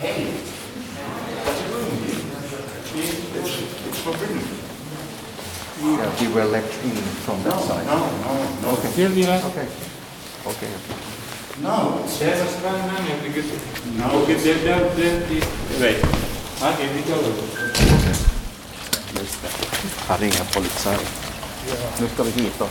Yeah, we were let in from that side. No. Okay. Okay. No. Siellä on because No. okay, there wait. Okay, we go. Just det. Han ringer polisen. Nu ska vi hit då.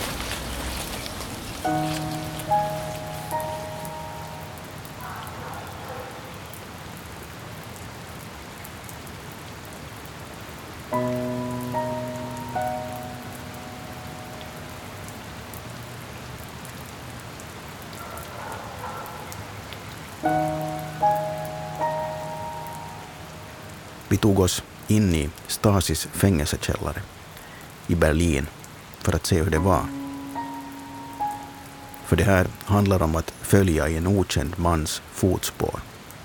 Vi tog oss in i Stasis fängelsekällare i Berlin för att se hur det var. För det här handlar om att följa i en okänd mans fotspår.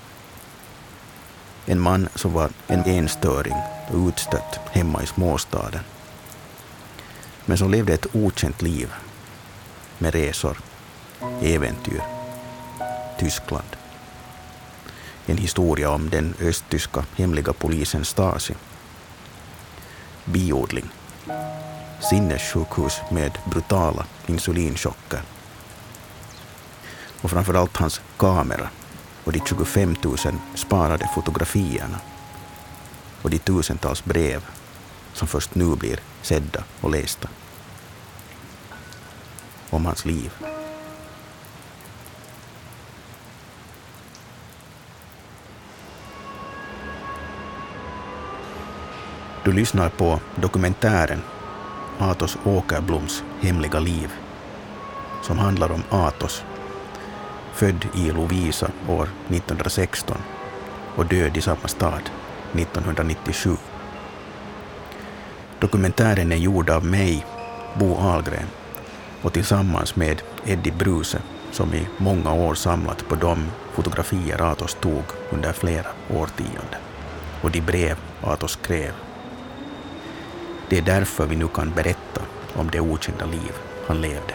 En man som var en enstöring och utstött hemma i småstaden. Men som levde ett okänt liv med resor, äventyr, Tyskland. En historia om den östtyska hemliga polisen Stasi. Biodling. Sinnessjukhus med brutala insulinchocker. Och framförallt hans kamera och de 25 000 sparade fotografierna och de tusentals brev som först nu blir sedda och lästa. Om hans liv. Du lyssnar på dokumentären Atos Åkerbloms hemliga liv, som handlar om Atos, född i Lovisa år 1916 och död i samma stad 1997. Dokumentären är gjord av mig, Bo Ahlgren, och tillsammans med Eddie Bruse, som i många år samlat på de fotografier Atos tog under flera årtionden och de brev Atos skrev. Det är därför vi nu kan berätta om det okända liv han levde.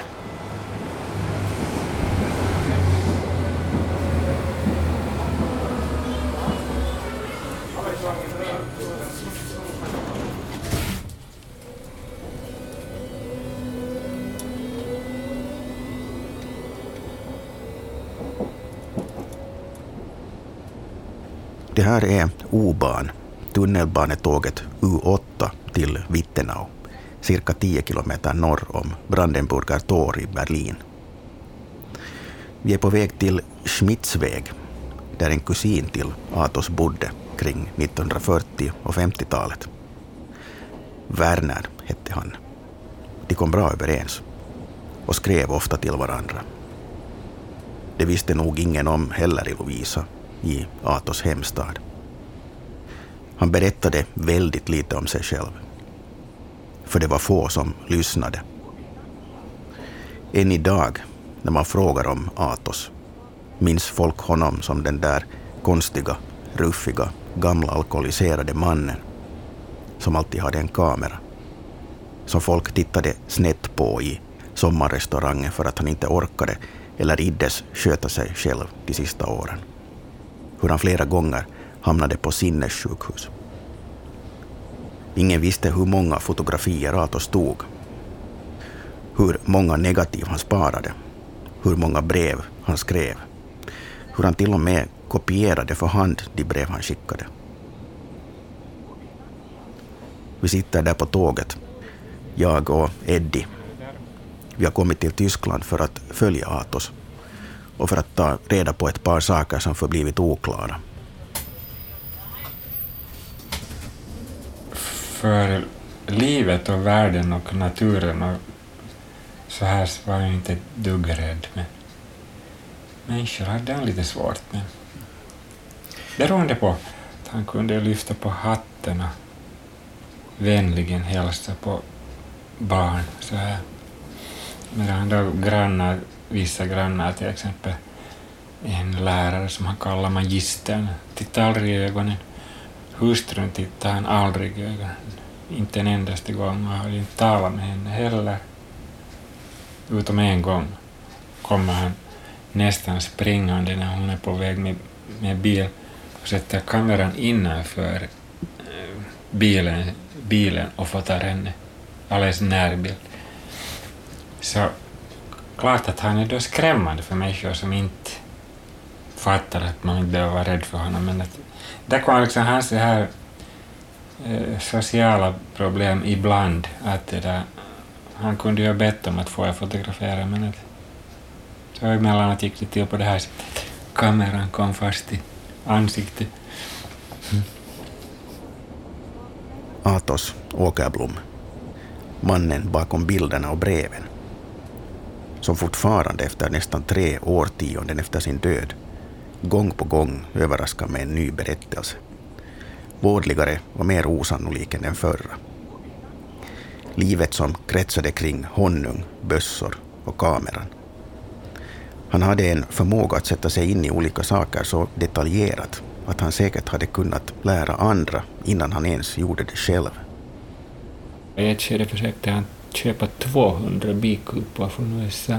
Det här är O-ban, tunnelbanetåget U8 till Wittenau, cirka 10 kilometer norr om Brandenburger Tor i Berlin. Vi är på väg till Schmitzweg, där en kusin till Atos bodde kring 1940- och 50-talet. Werner hette han. De kom bra överens och skrev ofta till varandra. Det visste nog ingen om heller i Lovisa, i Atos hemstad. Han berättade väldigt lite om sig själv, för det var få som lyssnade. Än idag, när man frågar om Atos, minns folk honom som den där konstiga, ruffiga, gamla alkoholiserade mannen som alltid hade en kamera, som folk tittade snett på i sommarrestaurangen för att han inte orkade eller iddes sköta sig själv de sista åren. Hur han flera gånger hamnade på sinnessjukhus. Ingen visste hur många fotografier Atos tog, hur många negativ han sparade, hur många brev han skrev, hur han till och med kopierade för hand de brev han skickade. Vi sitter där på tåget, jag och Eddie. Vi har kommit till Tyskland för att följa Atos och för att ta reda på ett par saker som förblivit oklara. För livet och världen och naturen och så här var jag inte ett dugg rädd, men människor hade han lite svårt med. Beroende på att han kunde lyfta på hatten och vänligen hälsa på barn så här. Medan då grannar, vissa grannar till exempel, en lärare som han kallar magistern, tittade aldrig i ögonen. Hustrun tittade han aldrig i ögonen. Inte en endaste gång, och hade inte talat med henne heller. Utom en gång kommer han nästan springande när hon är på väg med bil och sätter kameran innanför bilen och fotar henne alldeles närbild. Så klart att han är då skrämmande för människor som inte fattar att man inte behöver vara rädd för honom. Men att där kom liksom hans det här sociala problem ibland. Att det där, han kunde ju ha bett om att få fotografera, men att så emellanåt gick det till på det här sättet. Kameran kom fast i ansiktet. Atos Åkerblom, mannen bakom bilderna och breven, som fortfarande efter nästan 3 årtionden efter sin död gång på gång överraskar med en ny berättelse. Vårdligare och mer osannolik än den förra. Livet som kretsade kring honung, bössor och kameran. Han hade en förmåga att sätta sig in i olika saker så detaljerat att han säkert hade kunnat lära andra innan han ens gjorde det själv. I ett skede försökte han köpa 200 bikupor från USA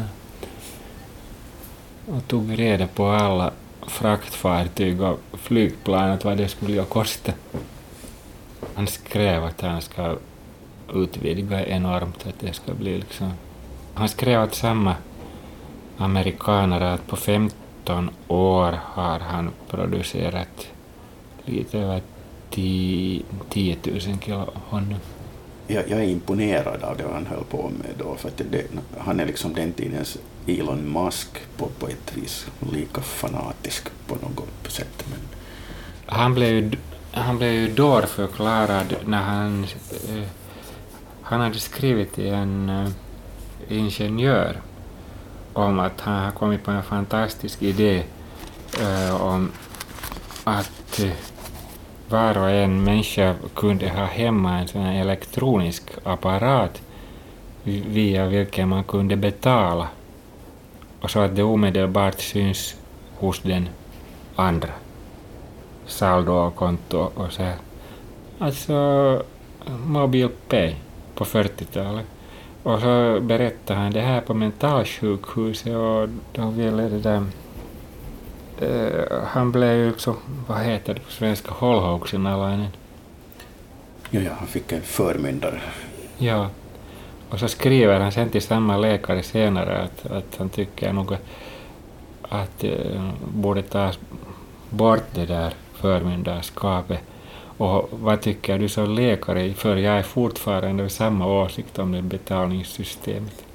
och tog reda på alla fraktfartyg och flygplanet vad det skulle kosta. Han skrev att han ska utvidga enormt, att det ska bli liksom. Han skrev att samma amerikanare att på 15 år har han producerat lite över 10 000 kilo honung. Jag är imponerad av det han höll på med då, för att han är liksom den tidens Elon Musk på ett vis, lika fanatisk på något sätt. Men han blev ju dårförklarad när han hade skrivit till en ingenjör om att han har kommit på en fantastisk idé om att var och en människa kunde ha hemma en sån här elektronisk apparat via vilken man kunde betala och så att det omedelbart syns hos den andra. Saldo och konto och så här. Alltså MobilePay på 40-talet. Och så berättade han det här på mentalsjukhuset och då ville det där han blev ju så, vad heter det på svenska, hållhågsenalainen. Ja, han fick en förmyndare. Ja, och så skriver han sen till samma läkare senare att han tycker nog att borde ta bort det där förmyndarskapet. Och vad tycker du som läkare? För jag är fortfarande samma åsikt om det betalningssystemet.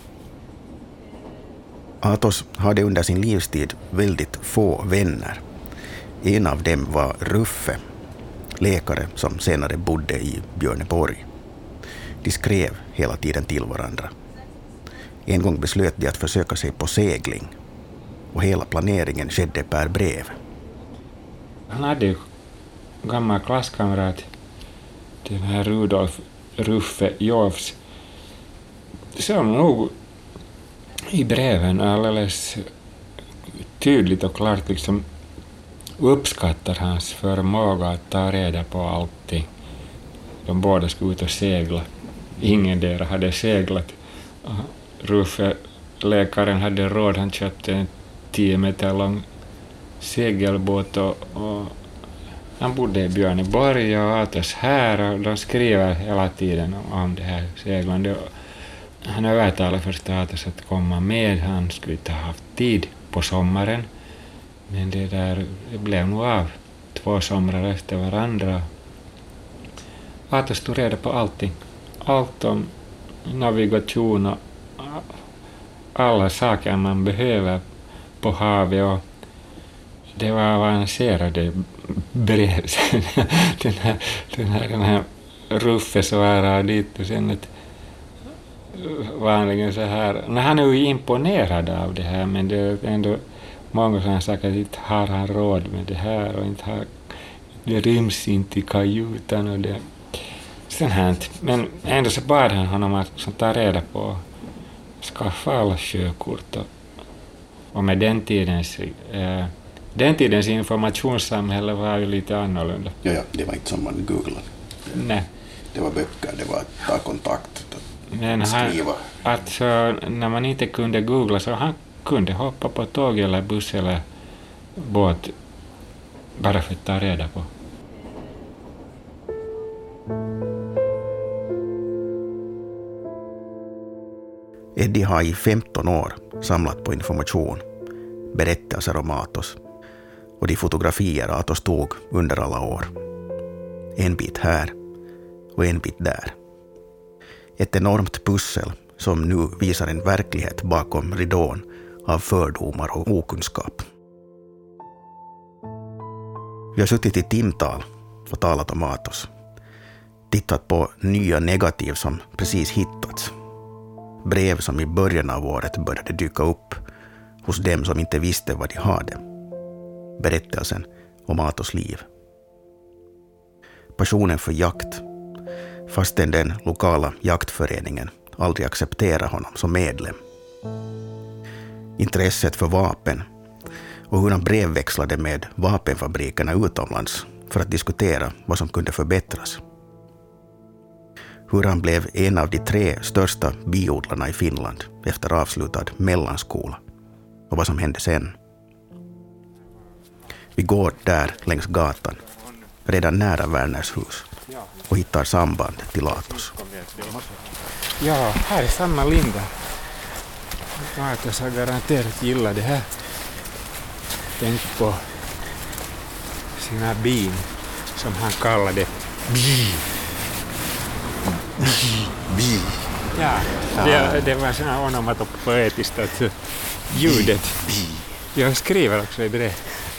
Atos hade under sin livstid väldigt få vänner. En av dem var Ruffe, läkare som senare bodde i Björneborg. De skrev hela tiden till varandra. En gång beslöt de att försöka sig på segling och hela planeringen skedde per brev. Han hade ju gammal klasskamrat, den här Rudolf Ruffe Jorfs, som nog i breven alldeles tydligt och klart liksom uppskattar hans förmåga att ta reda på allting. De båda skulle ut och segla. Ingen där hade seglat. Ruffe, läkaren, hade råd. Han köpte en 10 meter lång segelbåt och han bodde i Björneborg och Atos här och de skriver hela tiden om det här seglande. Han övertalade först Atos att komma med. Han skulle inte ha haft tid på sommaren. Men det blev nog av 2 somrar efter varandra. Atos tog reda på allting. Allt om navigation och alla saker man behöver på havet. Och det var avancerade brev. den här Ruffe svarade dit och sen att vanligen så här. Han är ju imponerad av det här, men det är ändå många som har sagt att inte har han råd med det här och inte har, det ryms inte i kajutan och det sånt här. Men ändå så bad han honom att ta reda på skaffa alla sjökort och med den tidens informationssamhälle var ju lite annorlunda. Ja, det var inte som man googlade. Nej. Det var böcker, det var att ta kontakt, men skriva. Alltså, när man inte kunde googla så han kunde hoppa på tåg eller buss eller båt Bara för att ta reda på. Eddie har i 15 år samlat på information, berättelser om Athos och de fotografier Athos tog under alla år. En bit här och en bit där. Ett enormt pussel som nu visar en verklighet bakom ridån av fördomar och okunskap. Vi har suttit i timtal och talat om Athos. Tittat på nya negativ som precis hittats. Brev som i början av året började dyka upp hos dem som inte visste vad de hade. Berättelsen om Athos liv. Passionen för jakt, fastän den lokala jaktföreningen aldrig accepterar honom som medlem. Intresset för vapen och hur han brevväxlade med vapenfabrikerna utomlands för att diskutera vad som kunde förbättras. Hur han blev en av de 3 största biodlarna i Finland efter avslutad mellanskola och vad som hände sen. Vi går där längs gatan, redan nära Werners hus, och hittar samband till Athos. Ja, här är samma Linda. Athos har garanterat gillat det här. Tänk på sina bin som han kallade Bi. Ja, det var så här onomatopoetiskt att ljudet. Jag skriver också i det.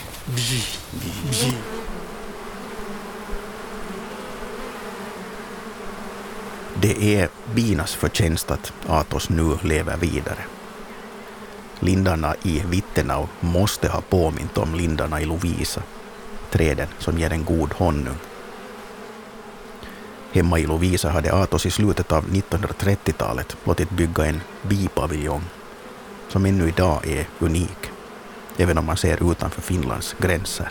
Det är binas förtjänst att Athos nu lever vidare. Lindarna i Wittenau måste ha påmint om lindarna i Lovisa, träden som ger en god honung. Hemma i Lovisa hade Athos i slutet av 1930-talet låtit bygga en bipaviljong som ännu idag är unik, även om man ser utanför Finlands gränser.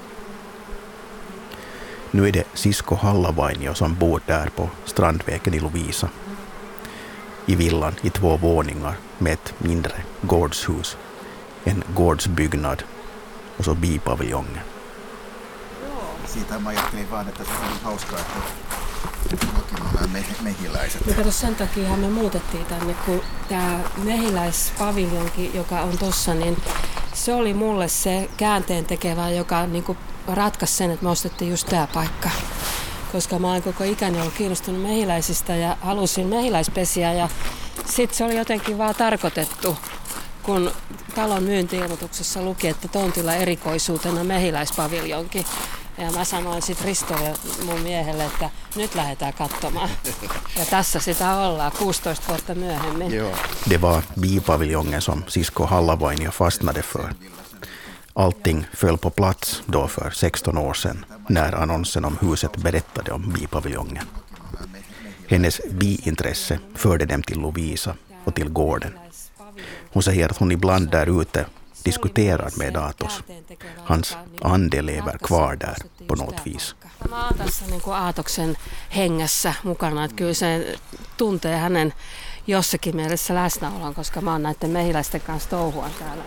Nu är det Sisko Hallavainio som bor där på Strandvägen i Lovisa. I villan i 2 våningar med ett mindre gårdshus, en gårdsbyggnad och så bipaviljongen. Siitä mä ajattelin vaan, että se on hauskaa, että nämä mehiläiset. No kato, sen takia me muutettiin tänne, kun tämä mehiläispaviljonki, joka on tossa, niin se oli mulle se käänteen tekevä, joka niinku ratkaisi sen, että me ostettiin just tämä paikka. Koska mä oon koko ikäni ollut kiinnostunut mehiläisistä ja halusin mehiläispesiä ja sit se oli jotenkin vaan tarkoitettu, kun talon myynti-ilmoituksessa luki, että tontilla erikoisuutena mehiläispaviljonki. Ja mä sanoin sitten Ristolle mun miehelle, että nyt lähdetään katsomaan. Ja tässä sitä ollaan 16 vuotta myöhemmin. Det var bipaviljongen som Sisko Hallavainio fastnade för. Allting föll på plats då för 16 år sedan när annonsen om huset berättade om bipaviljongen. Hennes biintresse förde dem till Lovisa och till gården. Hon säger att hon ibland där ute diskuterar med Athos. Hans ande lever kvar där på något vis. Mä oon tässä niin kuin Athoksen hengessä mukana, että kyllä se tuntee hänen jossakin mielessä läsnäolon, koska mä oon näiden mehiläisten kanssa touhuan täällä.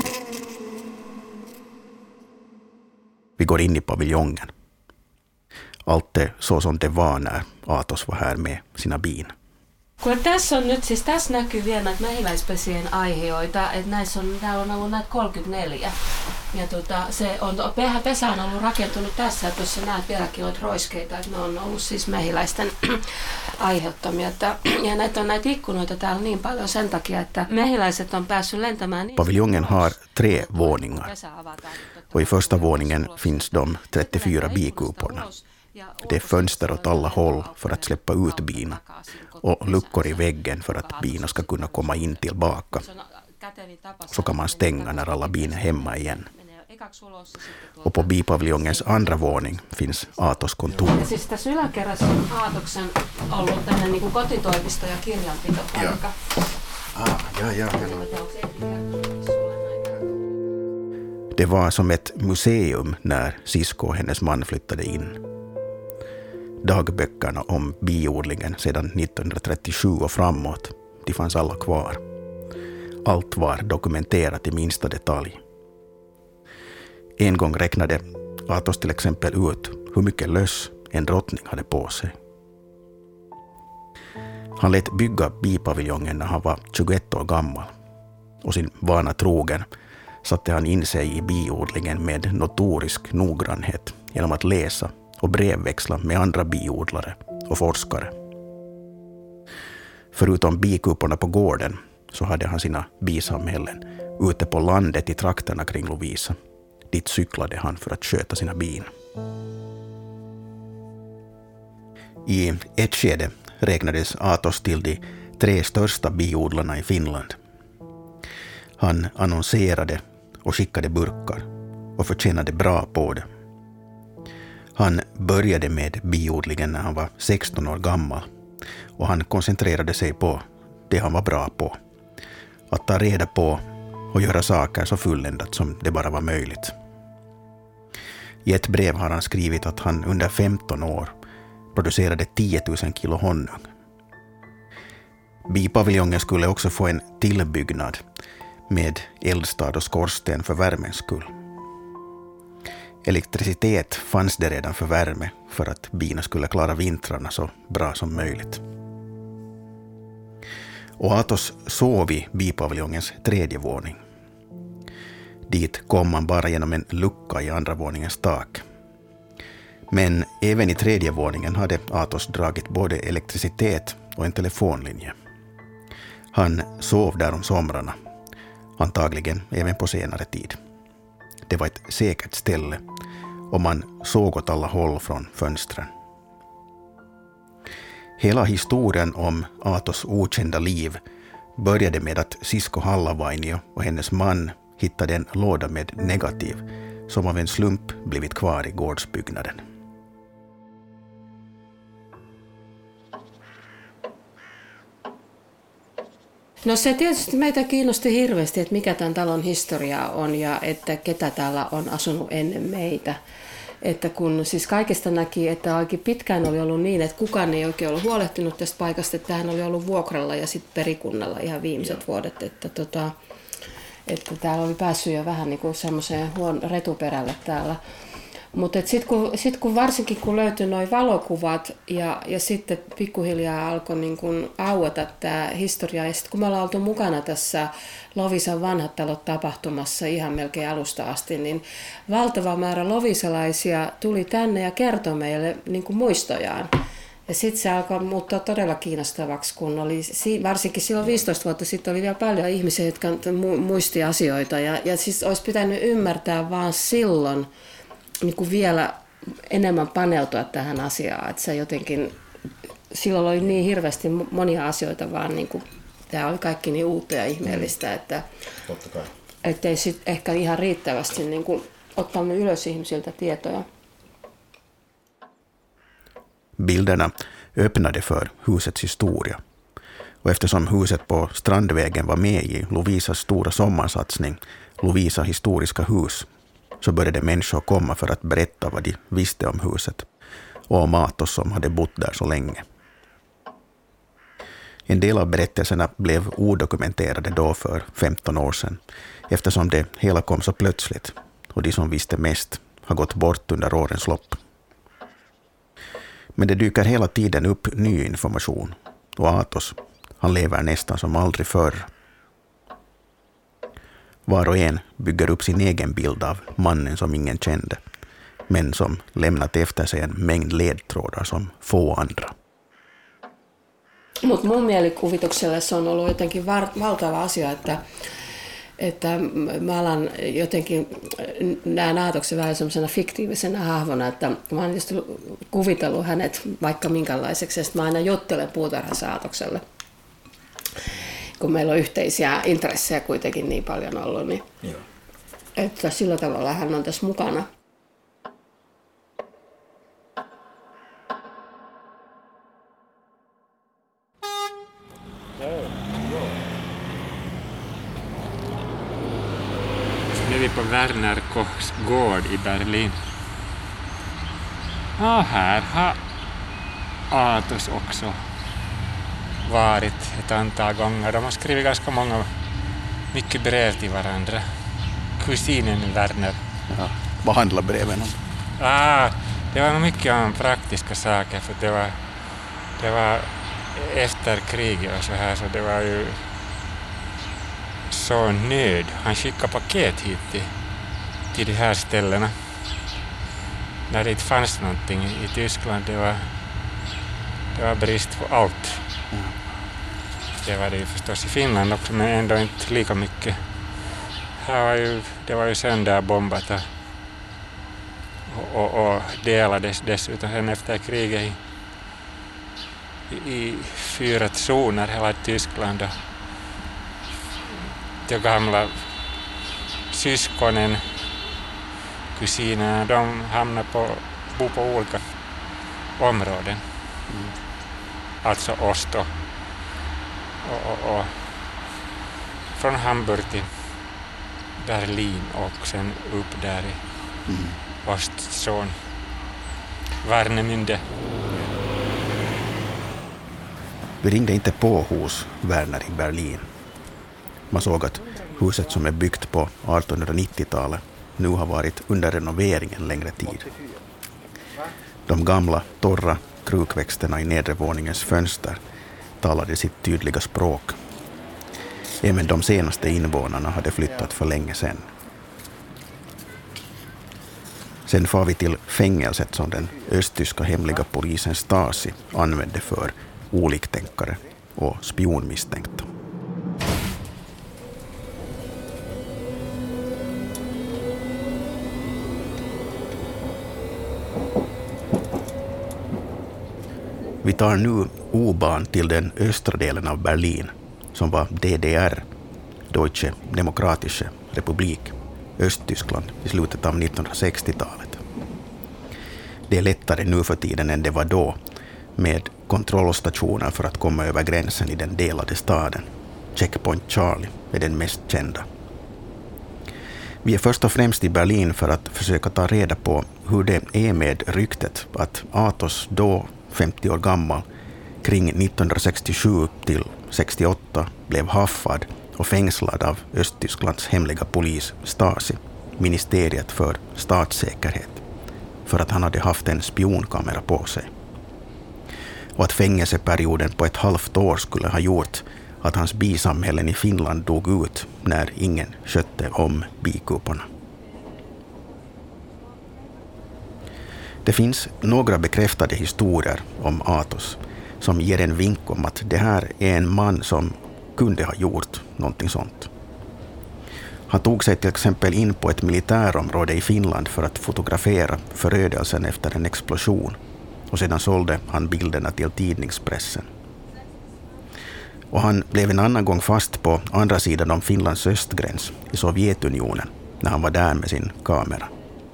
Vi går in i paviljongen. Allt är så som det var när Athos var här med sina bin. Kun tässä on nyt, siis tässä näkyy vielä näitä mehiläispesien aiheita, että täällä on ollut näitä 34. Ja se on, pesä on ollut rakentunut tässä, että tuossa näet vieläkin noita roiskeita, että ne on ollut siis mehiläisten aiheuttamia. Ja näitä ikkunoita täällä niin paljon sen takia, että mehiläiset on päässyt lentämään. Paviljongen har 3 våningar och i första våningen finns de 34 bikuporna. Det är fönster åt alla håll för att släppa ut bina och luckor i väggen för att bina ska kunna komma in tillbaka. Så kan man stänga när alla bin är hemma igen. Och på bipaviljongens andra våning finns Athos kontor. Ja siis tässä yläkerrassa on Athoksen ollut tämmöinen niin kuin kotitoimisto ja kirjanpitopaikka. Det var som ett museum när Sisko och hennes man flyttade in. Dagböckerna om biodlingen sedan 1937 och framåt, de fanns alla kvar. Allt var dokumenterat i minsta detalj. En gång räknade Athos till exempel ut hur mycket löss en drottning hade på sig. Han lät bygga bipaviljongen när han var 21 år gammal, och sin vana trogen satte han in sig i biodlingen med notorisk noggrannhet genom att läsa och brevväxla med andra biodlare och forskare. Förutom bikuporna på gården så hade han sina bisamhällen ute på landet i trakterna kring Lovisa. Dit cyklade han för att sköta sina bin. I ett skede räknades Athos till de 3 största biodlarna i Finland. Han annonserade och skickade burkar och förtjänade bra på det. Han började med biodlingen när han var 16 år gammal, och han koncentrerade sig på det han var bra på. Att ta reda på och göra saker så fulländat som det bara var möjligt. I ett brev har han skrivit att han under 15 år producerade 10 000 kilo honung. Bipaviljongen skulle också få en tillbyggnad med eldstad och skorsten för värmens skull. Elektricitet fanns det redan för värme för att bina skulle klara vintrarna så bra som möjligt. Och Athos sov i bipaviljongens 3:e våning. Dit kom man bara genom en lucka i andra våningens tak. Men även i 3:e våningen hade Athos dragit både elektricitet och en telefonlinje. Han sov där om somrarna, antagligen även på senare tid. Det var ett säkert ställe och man såg åt alla håll från fönstren. Hela historien om Athos okända liv började med att Sisko Hallavainio och hennes man hittade en låda med negativ som av en slump blivit kvar i gårdsbyggnaden. No se tietysti meitä kiinnosti hirveästi, että mikä tämän talon historia on ja että ketä täällä on asunut ennen meitä. Että kun siis kaikesta näki, että aika pitkään oli ollut niin, että kukaan ei oikein ollut huolehtinut tästä paikasta, että tämähän oli ollut vuokralla ja sitten perikunnalla ihan viimeiset vuodet, että täällä oli päässyt jo vähän niin kuin semmoiseen retuperälle täällä. Mutta sitten kun varsinkin kun löytyi nuo valokuvat ja sitten pikkuhiljaa alkoi niin kun aueta tämä historia, ja sitten kun me ollaan oltu mukana tässä Loviisan vanhat talot -tapahtumassa ihan melkein alusta asti, niin valtava määrä lovisalaisia tuli tänne ja kertoi meille niin kuin muistojaan. Ja sitten se alkoi muuttua todella kiinnostavaksi, kun oli, varsinkin silloin 15 vuotta sitten oli vielä paljon ihmisiä, jotka muisti asioita. Ja siis olisi pitänyt ymmärtää vaan silloin niin kuin vielä enemmän paneutua tähän asiaan. Että se jotenkin, silloin oli niin hirveästi monia asioita, vaan niin kuin, tämä oli kaikki niin uutta ja ihmeellistä, että ei sitten ehkä ihan riittävästi niin kuin, ottanut ylös ihmisiltä tietoja. Bilderna öppnade för husets historia. Och eftersom huset på Strandvägen var med i Lovisas stora sommarsatsning, Lovisa historiska hus, så började människor komma för att berätta vad de visste om huset och om Athos som hade bott där så länge. En del av berättelserna blev odokumenterade då för 15 år sedan, eftersom det hela kom så plötsligt och de som visste mest har gått bort under årens lopp. Men det dyker hela tiden upp ny information och Athos, han lever nästan som aldrig förr. Var och en bygger upp sin egen bild av mannen som ingen kände, men som lämnat efter sig en mängd ledtrådar som få andra. Mutta mun mielikuvitukselle se on ollut jotenkin valtava asia, että mä alan jotenkin näen Aathoksen vähän semmoisena fiktiivisena hahmona, että mä oon just kuvitellut hänet vaikka minkälaiseksi, ja mä aina juttelen puutarhassa Aathokselle. Kun meillä on yhteisiä intressejä kuitenkin niin paljon ollut, niin että sillä tavalla hän on tässä mukana. Nu är vi på Werner Kochs gård i Berlin. Ja, här har Athos också varit ett antal gånger. De har skrivit ganska mycket brev till varandra. Kusinen Werner. Ja, vad handlar breven om? Det var mycket om praktiska saker, för det var efter kriget och så här, så det var ju så nöd. Han skickade paket hit till de här ställena. När det inte fanns någonting i Tyskland, det var brist på allt. Det var det ju förstås i Finland också, men ändå inte lika mycket. Det var ju sönderbombat och delades dessutom sen efter kriget i 4 zoner hela Tyskland. De gamla syskonen, kusinerna, de hamnade bo på olika områden. Alltså ost och från Hamburg till Berlin och sen upp där i Ostzon, Warnemünde. Vi ringde inte på hos Werner i Berlin. Man såg att huset som är byggt på 1890-talet nu har varit under renovering en längre tid. De gamla, torra krukväxterna i nedre våningens fönster talade sitt tydliga språk. Även de senaste invånarna hade flyttat för länge sedan. Sen far vi till fängelset som den östtyska hemliga polisen Stasi använde för oliktänkare och spionmisstänkta. Vi tar nu O-bahn till den östra delen av Berlin som var DDR, Deutsche Demokratische Republik, Östtyskland i slutet av 1960-talet. Det är lättare nu för tiden än det var då, med kontrollstationer för att komma över gränsen i den delade staden. Checkpoint Charlie är den mest kända. Vi är först och främst i Berlin för att försöka ta reda på hur det är med ryktet att Athos, då 50 år gammal, kring 1967 till 68 blev haffad och fängslad av Östtysklands hemliga polis Stasi, ministeriet för statssäkerhet, för att han hade haft en spionkamera på sig. Och att fängelseperioden på ett halvt år skulle ha gjort att hans bisamhällen i Finland dog ut när ingen skötte om bikuporna. Det finns några bekräftade historier om Athos som ger en vink om att det här är en man som kunde ha gjort någonting sånt. Han tog sig till exempel in på ett militärområde i Finland för att fotografera förödelsen efter en explosion, och sedan sålde han bilderna till tidningspressen. Och han blev en annan gång fast på andra sidan om Finlands östgräns i Sovjetunionen när han var där med sin kamera.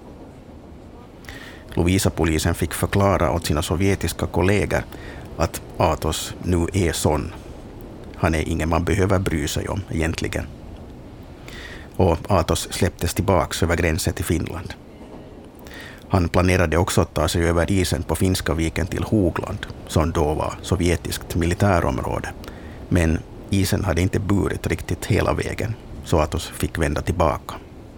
Lovisa-polisen fick förklara åt sina sovjetiska kollegor att Athos nu är sån. Han är ingen man behöver bry sig om egentligen. Och Athos släpptes tillbaks över gränsen till Finland. Han planerade också att ta sig över isen på Finska viken till Hogland, som då var sovjetiskt militärområde. Men isen hade inte burit riktigt hela vägen, så Athos fick vända tillbaka.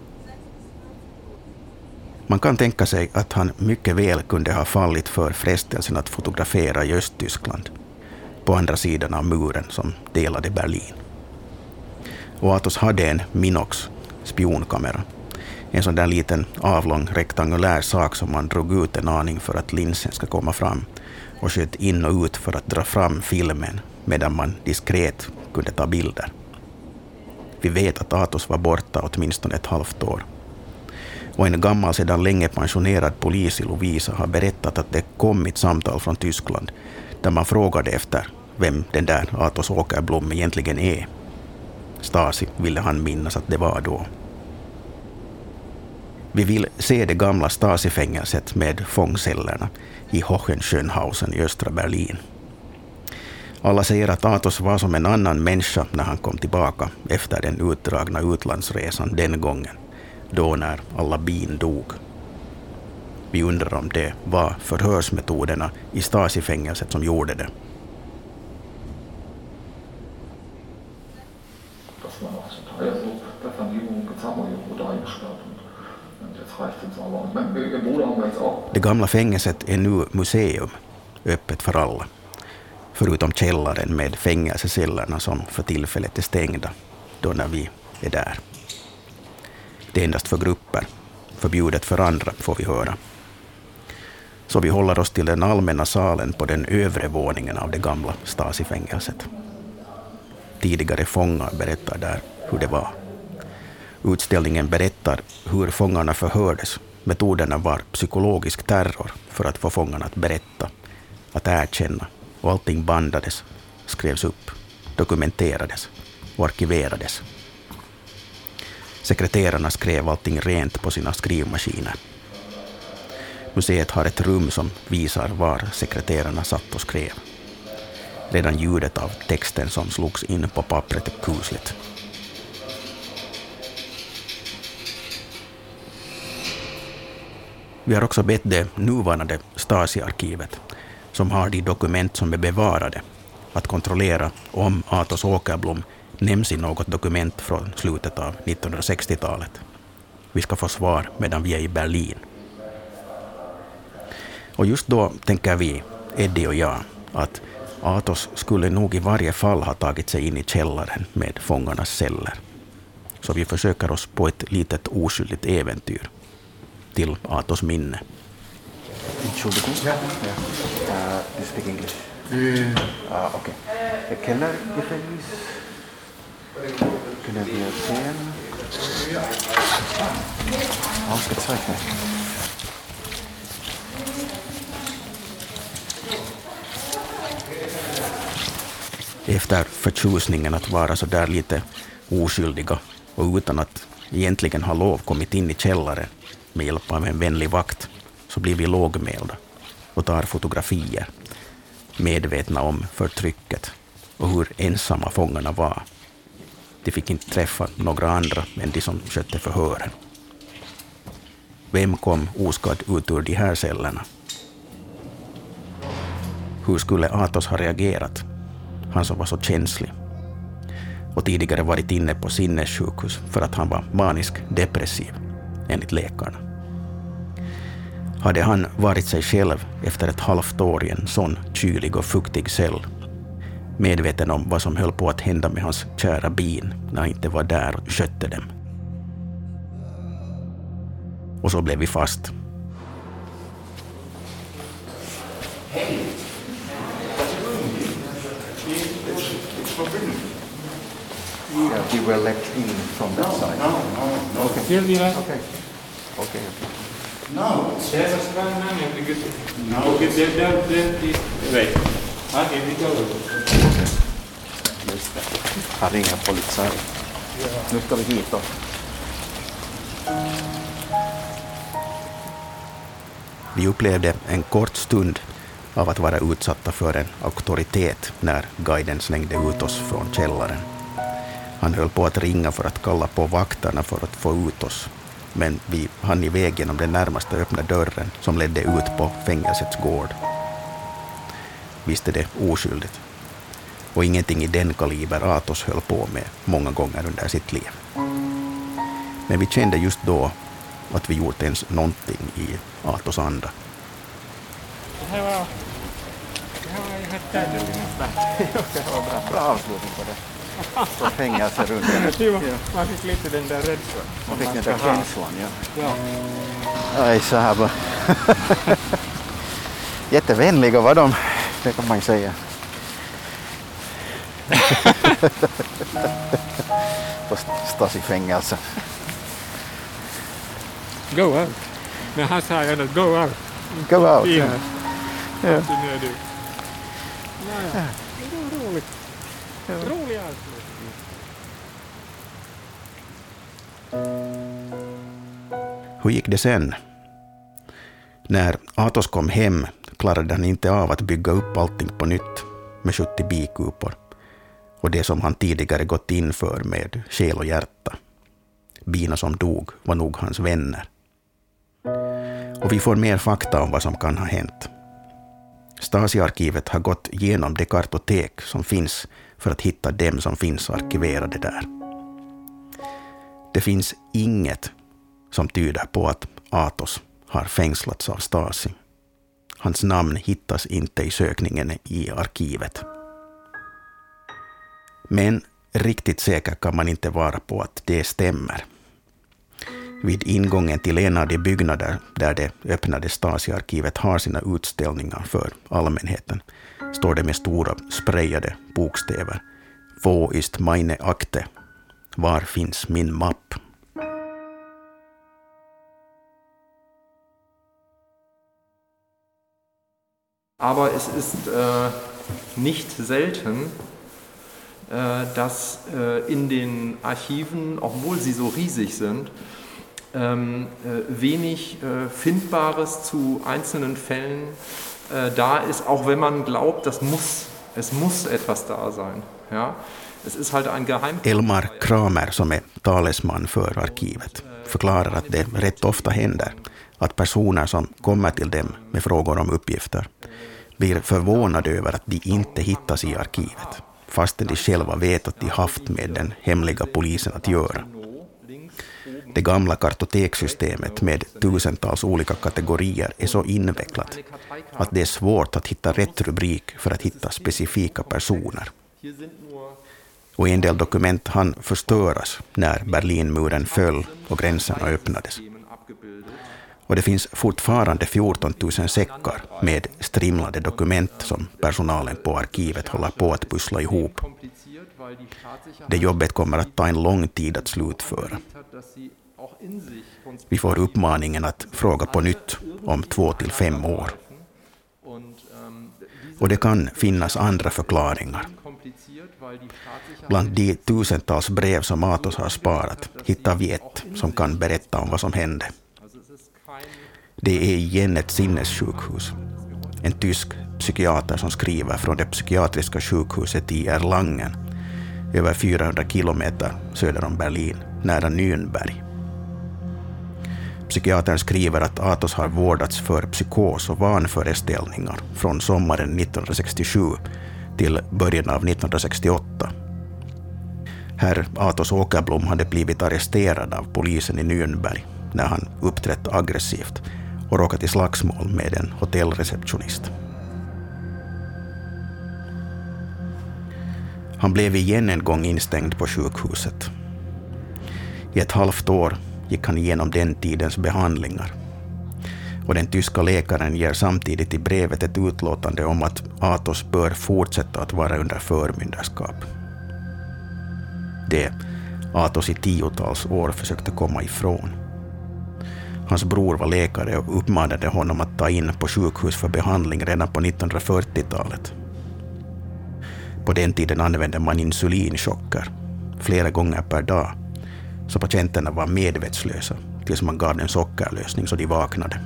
Man kan tänka sig att han mycket väl kunde ha fallit för frestelsen att fotografera i Östtyskland, på andra sidan av muren som delade Berlin. Och Athos hade en Minox spionkamera, en sån där liten avlång rektangulär sak som man drog ut en aning för att linsen ska komma fram och sköt in och ut för att dra fram filmen medan man diskret kunde ta bilder. Vi vet att Athos var borta åtminstone ett halvt år. Och en gammal sedan länge pensionerad polis i Lovisa har berättat att det kommit samtal från Tyskland där man frågade efter vem den där Athos Åkerblom egentligen är. Stasi ville han minnas att det var då. Vi vill se det gamla Stasi-fängelset med fångcellerna i Hohenschönhausen i östra Berlin. Alla säger att Athos var som en annan människa när han kom tillbaka efter den utdragna utlandsresan den gången, då när alla bin dog. Vi undrar om det var förhörsmetoderna i Stasi-fängelset som gjorde det. Det gamla fängelset är nu museum, öppet för alla. Förutom källaren med fängelsecellerna som för tillfället är stängda då när vi är där. Det är endast för grupper, förbjudet för andra får vi höra. Så vi håller oss till den allmänna salen på den övre våningen av det gamla Stasi-fängelset. Tidigare fångar berättar där hur det var. Utställningen berättar hur fångarna förhördes. Metoderna var psykologisk terror för att få fångarna att berätta, att erkänna, och allting bandades, skrevs upp, dokumenterades och arkiverades. Sekreterarna skrev allting rent på sina skrivmaskiner. Museet har ett rum som visar var sekreterarna satt och skrev. Redan ljudet av texten som slogs in på pappret är kusligt. Vi har också bett det nuvarande Stasi-arkivet, som har de dokument som är bevarade, att kontrollera om Atos Åkerblom nämns i något dokument från slutet av 1960-talet. Vi ska få svar medan vi är i Berlin. Och just då tänker vi, Eddie och jag, att Atos skulle nog i varje fall ha tagit sig in i källaren med fångarnas celler. Så vi försöker oss på ett litet oskyldigt äventyr till Atos minne. Entschuldigung. Ja. Du speak English? Okay. Kellergefängnis. Können wir sehen? Ausgezeichnet. Efter förtjusningen att vara så där lite oskyldiga och utan att egentligen ha lov kommit in i källaren med hjälp av en vänlig vakt, så blir vi lågmälda och tar fotografier, medvetna om förtrycket och hur ensamma fångarna var. De fick inte träffa några andra än de som skötte förhören. Vem kom oskadd ut ur de här cellerna? Hur skulle Atos ha reagerat? Han som var så känslig och tidigare varit inne på sinnessjukhus för att han var manisk depressiv, enligt läkarna. Hade han varit sig själv efter ett halvt år i en sån kylig och fuktig cell, medveten om vad som höll på att hända med hans kära bin när han inte var där och skötte dem? Och så blev vi fast. Yeah, we were let in from that side. No. Okay. Okay. Okay. No. There's a small man because no, this way. Okay, we go. Just det. Här ringer polisen. Nu ska vi hit då. Vi upplevde en kort stund av att vara utsatta för en auktoritet när guiden slängde ut oss från källaren. Han höll på att ringa för att kalla på vakterna för att få ut oss, men vi hann iväg genom den närmaste öppna dörren som ledde ut på fängelsets gård. Visst är det oskyldigt, och ingenting i den kaliber Atos höll på med många gånger under sitt liv. Men vi kände just då att vi gjort ens någonting i Atos anda. Det här var helt täydellinen Det var bra avslutning på det. På fängelse runt. Jo, man fick lite den där rädslan. Man fick den där känslan, Ja. Nej, så här bara. Jättevänliga var de, det kan man ju säga. På Stasi-fängelse. Go out. Men han sa ju att go out. Go out. Ja. Ja. Alltså, nu är du. Ja. Det var roligt. Rolig avslutning. Hur gick det sen? När Atos kom hem klarade han inte av att bygga upp allting på nytt med 70 bikupor och det som han tidigare gått in för med själ och hjärta. Bina som dog var nog hans vänner. Och vi får mer fakta om vad som kan ha hänt. Stasi-arkivet har gått igenom det kartotek som finns för att hitta dem som finns arkiverade där. Det finns inget som tyder på att Athos har fängslats av Stasi. Hans namn hittas inte i sökningen i arkivet. Men riktigt säker kan man inte vara på att det stämmer. Vid ingången till en av de byggnader där det öppnade Stasi-arkivet har sina utställningar för allmänheten står det med stora sprayade bokstäver: Wo ist meine Akte? Var finns min mapp? Aber es ist nicht selten, dass in den Archiven, obwohl sie so riesig sind, wenig Findbares zu einzelnen Fällen da ist, auch wenn man glaubt, es muss etwas da sein. Ja? Es ist halt ein Elmar Kramer, som är talesman för arkivet, förklarar att det rätt ofta händer att personer som kommer till dem med frågor om uppgifter blir förvånade över att de inte hittas i arkivet, fastän de själva vet att de haft med den hemliga polisen att göra. Det gamla kartoteksystemet med tusentals olika kategorier är så invecklat att det är svårt att hitta rätt rubrik för att hitta specifika personer. Och en del dokument hann förstöras när Berlinmuren föll och gränserna öppnades. Och det finns fortfarande 14 000 säckar med strimlade dokument som personalen på arkivet håller på att pussla ihop. Det jobbet kommer att ta en lång tid att slutföra. Vi får uppmaningen att fråga på nytt om 2 till 5 år. Och det kan finnas andra förklaringar. Bland de tusentals brev som Athos har sparat hittar vi ett som kan berätta om vad som hände. Det är igen ett sinnessjukhus. En tysk psykiater som skriver från det psykiatriska sjukhuset i Erlangen, över 400 kilometer söder om Berlin, nära Nürnberg. Psykiatern skriver att Athos har vårdats för psykos och vanföreställningar från sommaren 1967 till början av 1968. Herr Athos Åkerblom hade blivit arresterad av polisen i Nürnberg när han uppträtt aggressivt och råkat i slagsmål med en hotellreceptionist. Han blev igen en gång instängd på sjukhuset. I ett halvt år gick han igenom den tidens behandlingar. Och den tyska läkaren ger samtidigt i brevet ett utlåtande om att Athos bör fortsätta att vara under förmyndarskap. Det Athos i 10-tals år försökte komma ifrån. Hans bror var läkare och uppmanade honom att ta in på sjukhus för behandling redan på 1940-talet. På den tiden använde man insulinchocker flera gånger per dag, så patienterna var medvetslösa tills man gav en sockerlösning så de vaknade.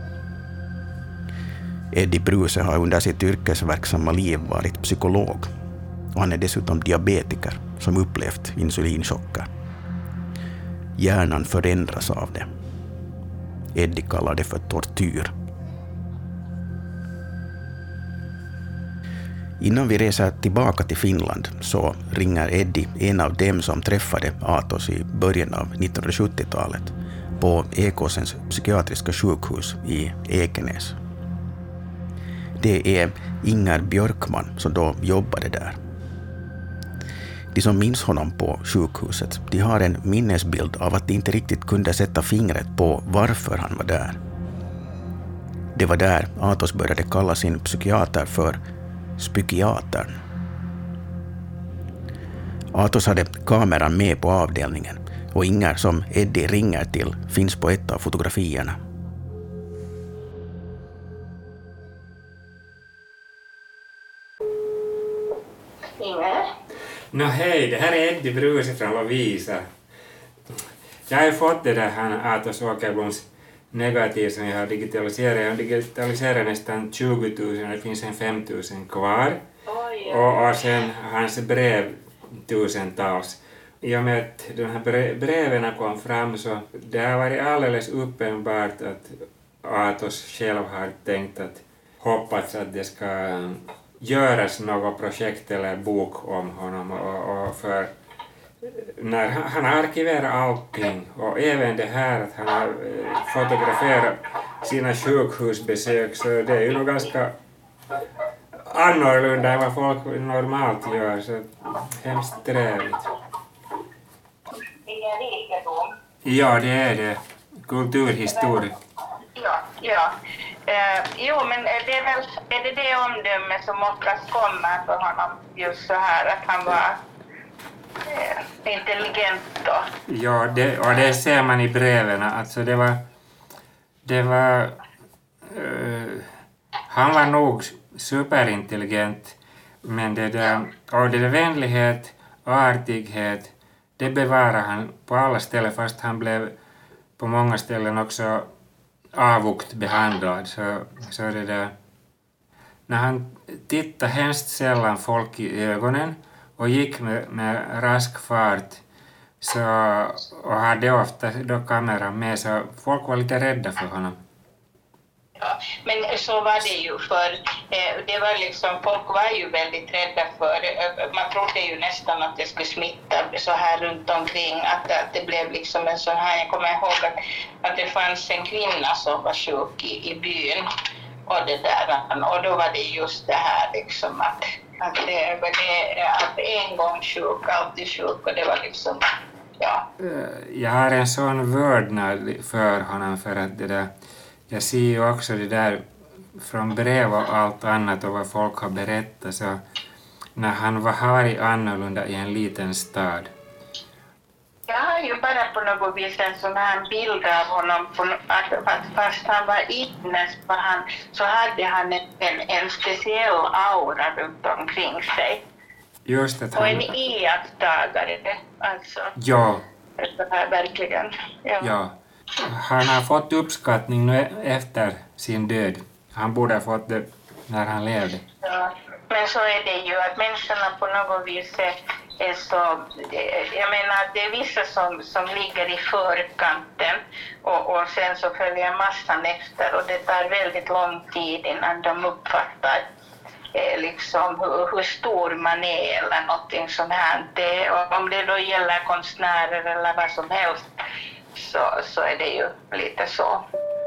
Eddie Bruse har under sitt yrkesverksamma liv varit psykolog och han är dessutom diabetiker som upplevt insulinchocker. Hjärnan förändras av det. Eddie kallar det för tortyr. Innan vi reser tillbaka till Finland så ringer Eddie en av dem som träffade Athos i början av 1970-talet på Ekåsens psykiatriska sjukhus i Ekenäs. Det är Inger Björkman som då jobbade där. De som minns honom på sjukhuset, de har en minnesbild av att de inte riktigt kunde sätta fingret på varför han var där. Det var där Athos började kalla sin psykiater för psykiatern. Athos hade kameran med på avdelningen och Inger, som Eddie ringer till, finns på ett av fotografierna. Inger? Hej, det här är Eddie Bruse från Lovisa. Jag har ju fått det där Athos Åkerbloms negativ som jag har digitaliserat. Jag har digitaliserat nästan 20 000, det finns en 5 000 kvar. Och sen hans brev tusentals. I och med att de här breven kom fram så det har varit alldeles uppenbart att Athos själv har tänkt att hoppas att det ska göras något projekt eller bok om honom och för när han har arkiverat allting och även det här att han har fotograferat sina sjukhusbesök, så det är ju nog ganska annorlunda än vad folk normalt gör, så hemskt trevligt. Vilken rikedom. Ja, det är det. Kulturhistoria. Ja. Jo, men är det omdöme som oftast kommer för honom just så här att han var intelligent då? Ja, det ser man i breven. Alltså det var han var nog superintelligent, men det där vänlighet och artighet, det bevarar han på alla ställen, fast han blev på många ställen också avvokt behandlad. Så det där, när han tittade hemskt sällan folk i ögonen och gick med rask fart, och hade ofta då kameran med, så folk var lite rädda för honom. Ja, men så var det ju för det var liksom, folk var ju väldigt rädda för, man trodde ju nästan att det skulle smitta så här runt omkring, att det blev liksom en sån här, jag kommer ihåg att det fanns en kvinna som var sjuk i byn och det där, och då var det just det här liksom att en gång sjuk, alltid sjuk, och det var liksom, ja. Jag har en sån vördnad för honom, för att det där, jag ser ju också det där från brev och allt annat och vad folk har berättat, så när han var varit annorlunda i en liten stad. Jag har ju bara på något vis en sån här bild av honom, att fast han var inne så hade han en speciell aura runt omkring sig. Just att och en iakttagare, alltså. Ja. Det här verkligen. Ja. Han har fått uppskattning nu efter sin död. Han borde ha fått det när han levde. Ja, men så är det ju att människorna på något vis är så... Jag menar, det är vissa som ligger i förkanten och sen så följer massan efter, och det tar väldigt lång tid innan de uppfattar liksom hur stor man är eller någonting sånt här. Och om det då gäller konstnärer eller vad som helst, så är det ju lite så.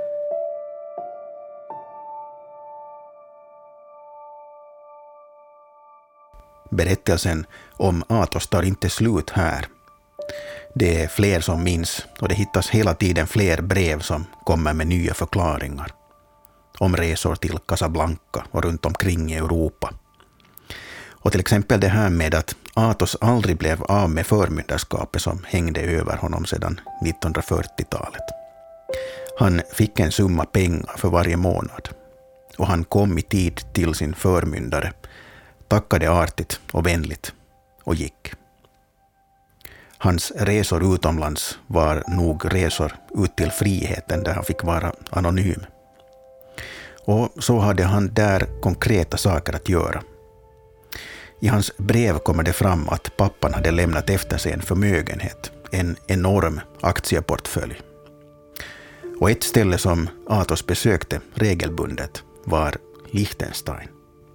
Berättelsen om Athos tar inte slut här. Det är fler som minns, och det hittas hela tiden fler brev som kommer med nya förklaringar. Om resor till Casablanca och runt omkring i Europa. Och till exempel det här med att Athos aldrig blev av med förmyndarskapet som hängde över honom sedan 1940-talet. Han fick en summa pengar för varje månad, och han kom i tid till sin förmyndare, tackade artigt och vänligt och gick. Hans resor utomlands var nog resor ut till friheten där han fick vara anonym. Och så hade han där konkreta saker att göra. I hans brev kommer det fram att pappan hade lämnat efter sig en förmögenhet, en enorm aktieportfölj. Och ett ställe som Athos besökte regelbundet var Liechtenstein.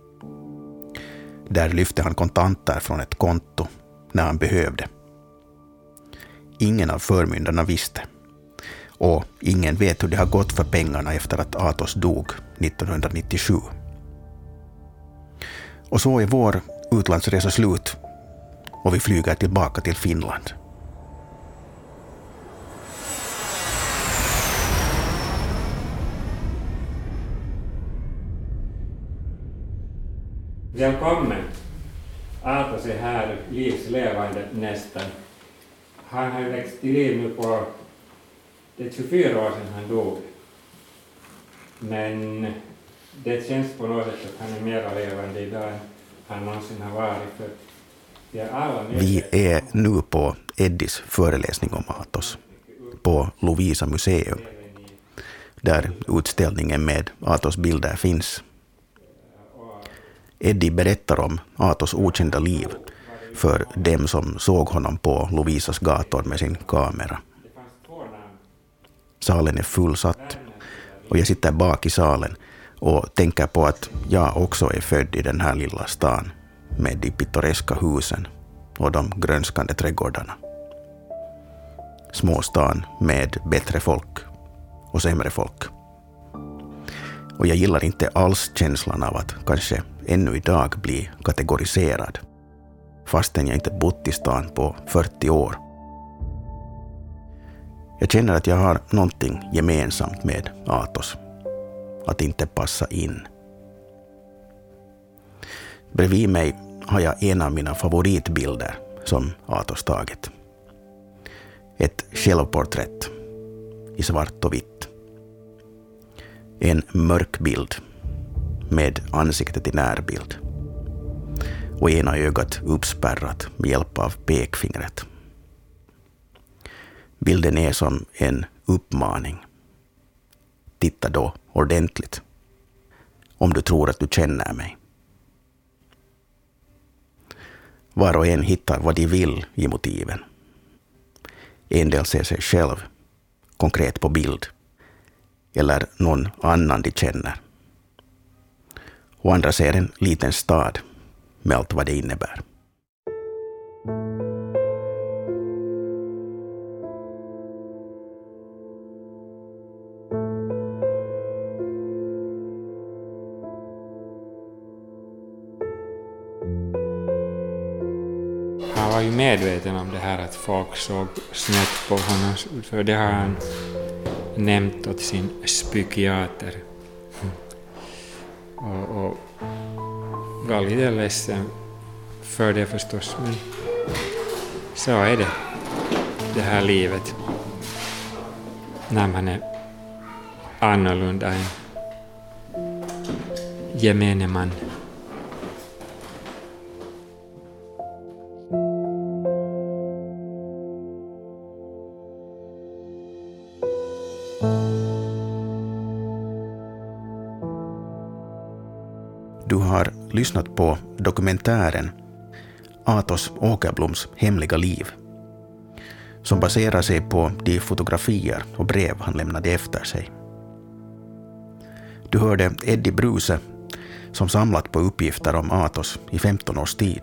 Där lyfte han kontanter från ett konto när han behövde. Ingen av förmyndarna visste. Och ingen vet hur det har gått för pengarna efter att Athos dog 1997. Och så är vår utlandsresa slut, och vi flyger tillbaka till Finland. Välkommen! Athos är här, livslevande nästan. Han har växt till liv nu på det är 24 år sedan han dog. Men det känns på något sätt att han är mer levande idag än han någonsin har varit. För vi är nu på Eddies föreläsning om Athos på Lovisa museum, där utställningen med Athos bilder finns. Eddie berättar om Athos okända liv för dem som såg honom på Lovisas gator med sin kamera. Salen är fullsatt, och jag sitter bak i salen och tänker på att jag också är född i den här lilla stan med de pittoreska husen och de grönskande trädgårdarna. Småstan med bättre folk och sämre folk. Och jag gillar inte alls känslan av att kanske ännu idag bli kategoriserad, fastän jag inte bott i stan på 40 år. Jag känner att jag har någonting gemensamt med Athos, att inte passa in. Bredvid mig har jag en av mina favoritbilder som Athos tagit. Ett självporträtt i svart och vitt. En mörk bild med ansiktet i närbild och ena ögat uppspärrat med hjälp av pekfingret. Bilden är som en uppmaning. Titta då ordentligt om du tror att du känner mig. Var och en hittar vad de vill i motiven. En del ser sig själv konkret på bild eller någon annan de känner. Och andra ser en liten stad med allt vad det innebär. Han var ju medveten om det här att folk såg snett på honom, för det har han nämnt åt sin psykiater. Och var lite ledsen för det förstås, men så är det här livet när man är annorlunda än gemene man. Du har lyssnat på dokumentären Athos Åkerbloms hemliga liv, som baserar sig på de fotografier och brev han lämnade efter sig. Du hörde Eddie Bruse som samlat på uppgifter om Athos i 15 års tid.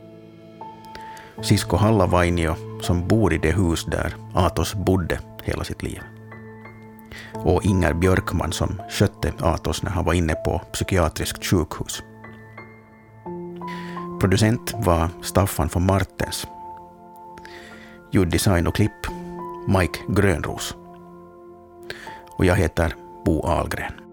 Sisko Hallavainio som bor i det hus där Athos bodde hela sitt liv. Och Inger Björkman som skötte Athos när han var inne på psykiatriskt sjukhus. Producent var Staffan von Martens. Ljuddesign och klipp Mike Grönros. Och jag heter Bo Ahlgren.